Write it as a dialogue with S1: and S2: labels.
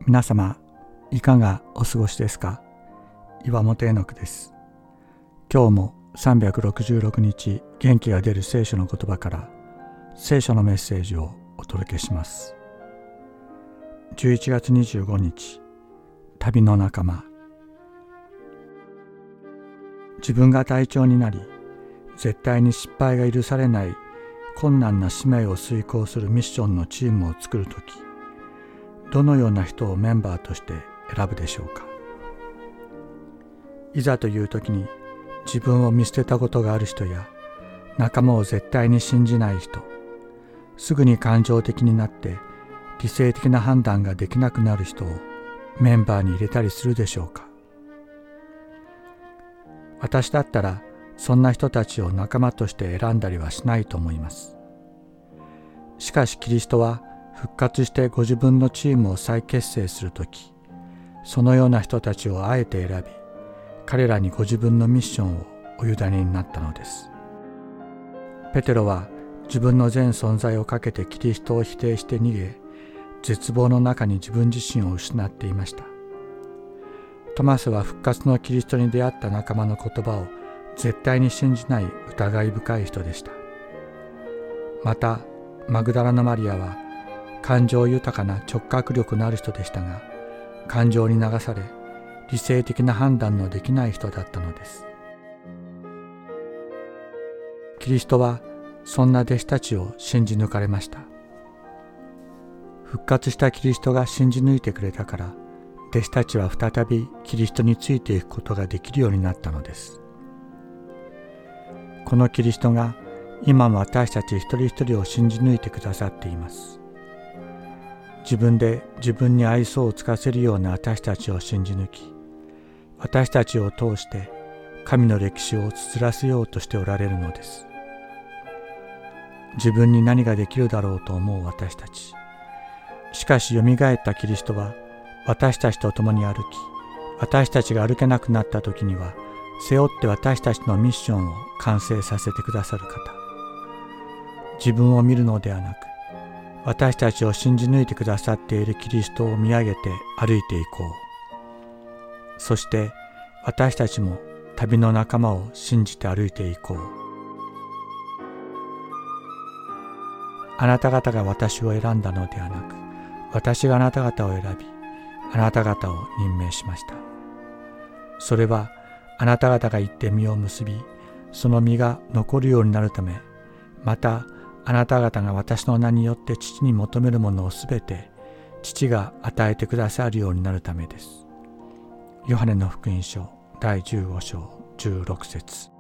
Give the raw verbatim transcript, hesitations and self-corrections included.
S1: 皆様いかがお過ごしですか。岩本絵の句です。今日もさんびゃくろくじゅうろくにち元気が出る聖書の言葉から聖書のメッセージをお届けします。じゅういちがつにじゅうごにち、旅の仲間。自分が隊長になり、絶対に失敗が許されない困難な使命を遂行するミッションのチームを作るとき、どのような人をメンバーとして選ぶでしょうか。いざというときに自分を見捨てたことがある人や、仲間を絶対に信じない人、すぐに感情的になって理性的な判断ができなくなる人をメンバーに入れたりするでしょうか。私だったらそんな人たちを仲間として選んだりはしないと思います。しかしキリストは復活してご自分のチームを再結成するとき、そのような人たちをあえて選び、彼らにご自分のミッションをお委ねになったのです。ペテロは自分の全存在をかけてキリストを否定して逃げ、絶望の中に自分自身を失っていました。トマスは復活のキリストに出会った仲間の言葉を絶対に信じない疑い深い人でした。また、マグダラのマリアは感情豊かな直覚力のある人でしたが、感情に流され、理性的な判断のできない人だったのです。キリストはそんな弟子たちを信じ抜かれました。復活したキリストが信じ抜いてくれたから、弟子たちは再びキリストについていくことができるようになったのです。このキリストが今も私たち一人一人を信じ抜いてくださっています。自分で自分に愛想をつかせるような私たちを信じ抜き、私たちを通して神の歴史を綴らせようとしておられるのです。自分に何ができるだろうと思う私たち。しかしよみがえったキリストは私たちと共に歩き、私たちが歩けなくなった時には背負って私たちのミッションを完成させてくださる方。自分を見るのではなく、私たちを信じ抜いてくださっているキリストを見上げて歩いていこう。そして私たちも旅の仲間を信じて歩いていこう。あなた方が私を選んだのではなく、私があなた方を選び、あなた方を任命しました。それはあなた方が行って実を結び、その実が残るようになるため、またあなた方が私の名によって父に求めるものをすべて父が与えてくださるようになるためです。ヨハネの福音書だいじゅうごしょうじゅうろくせつ。